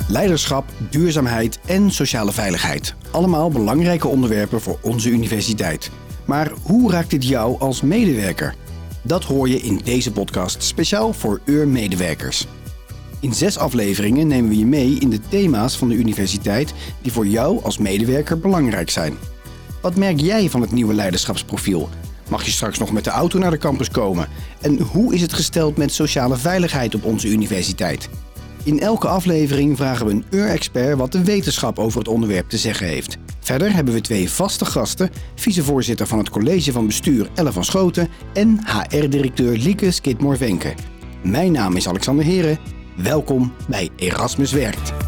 Leiderschap, duurzaamheid en sociale veiligheid. Allemaal belangrijke onderwerpen voor onze universiteit. Maar hoe raakt dit jou als medewerker? Dat hoor je in deze podcast speciaal voor medewerkers. In 6 afleveringen nemen we je mee in de thema's van de universiteit die voor jou als medewerker belangrijk zijn. Wat merk jij van het nieuwe leiderschapsprofiel? Mag je straks nog met de auto naar de campus komen? En hoe is het gesteld met sociale veiligheid op onze universiteit? In elke aflevering vragen we een expert wat de wetenschap over het onderwerp te zeggen heeft. Verder hebben we 2 vaste gasten, vicevoorzitter van het college van bestuur Elle van Schoten en HR-directeur Lieke Skidmore-Venke. Mijn naam is Alexander Heren. Welkom bij Erasmus Werkt.